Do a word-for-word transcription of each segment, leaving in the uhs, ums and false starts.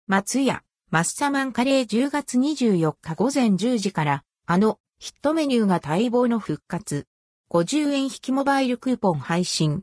松屋、マッサマンカレーじゅうがつにじゅうよっか午前じゅうじから、あの、ヒットメニューが待望の復活。ごじゅうえん引きモバイルクーポン配信。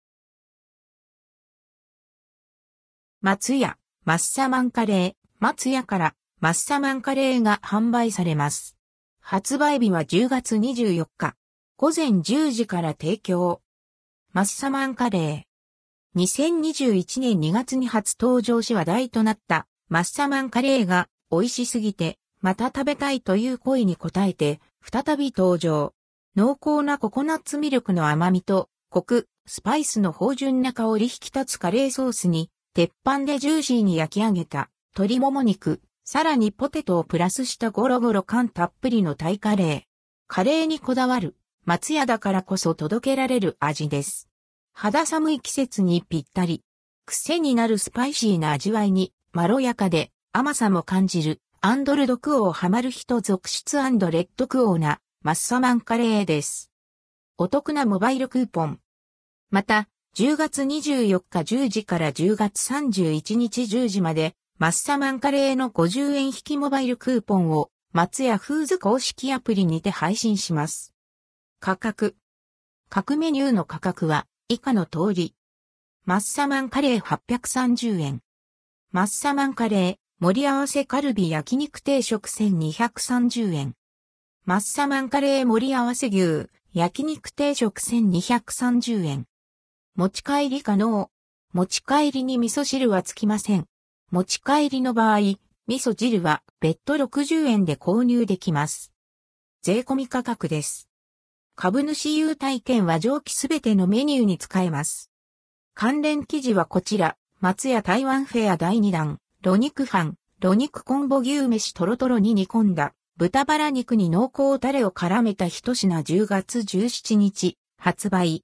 松屋、マッサマンカレー、松屋から、マッサマンカレーが販売されます。発売日はじゅうがつにじゅうよっか。午前じゅうじから提供。マッサマンカレー。にせんにじゅういちねんにがつに初登場し話題となったマッサマンカレーが美味しすぎてまた食べたいという声に応えて再び登場。濃厚なココナッツミルクの甘みとコク、スパイスの芳醇な香り引き立つカレーソースに鉄板でジューシーに焼き上げた鶏もも肉、さらにポテトをプラスしたゴロゴロ感たっぷりのタイカレー。カレーにこだわる松屋だからこそ届けられる味です。肌寒い季節にぴったり。癖になるスパイシーな味わいに、まろやかで甘さも感じる、アンドルドクオーハマる人続出&レッドクオーな、マッサマンカレーです。お得なモバイルクーポン。また、じゅうがつにじゅうよっかじゅうじからじゅうがつさんじゅういちにちじゅうじまで、マッサマンカレーのごじゅうえん引きモバイルクーポンを、松屋フーズ公式アプリにて配信します。価格。各メニューの価格は、以下の通り。マッサマンカレーはっぴゃくさんじゅうえん。マッサマンカレー、盛り合わせカルビ焼肉定食せんにひゃくさんじゅうえん。マッサマンカレー盛り合わせ牛、焼肉定食せんにひゃくさんじゅうえん。持ち帰り可能。持ち帰りに味噌汁はつきません。持ち帰りの場合、味噌汁は別途ろくじゅうえんで購入できます。税込み価格です。株主優待券は上記すべてのメニューに使えます。関連記事はこちら、松屋台湾フェアだいにだん、ロ肉飯、ロ肉コンボ牛飯トロトロに煮込んだ、豚バラ肉に濃厚タレを絡めた一品じゅうがつじゅうしちにち、発売。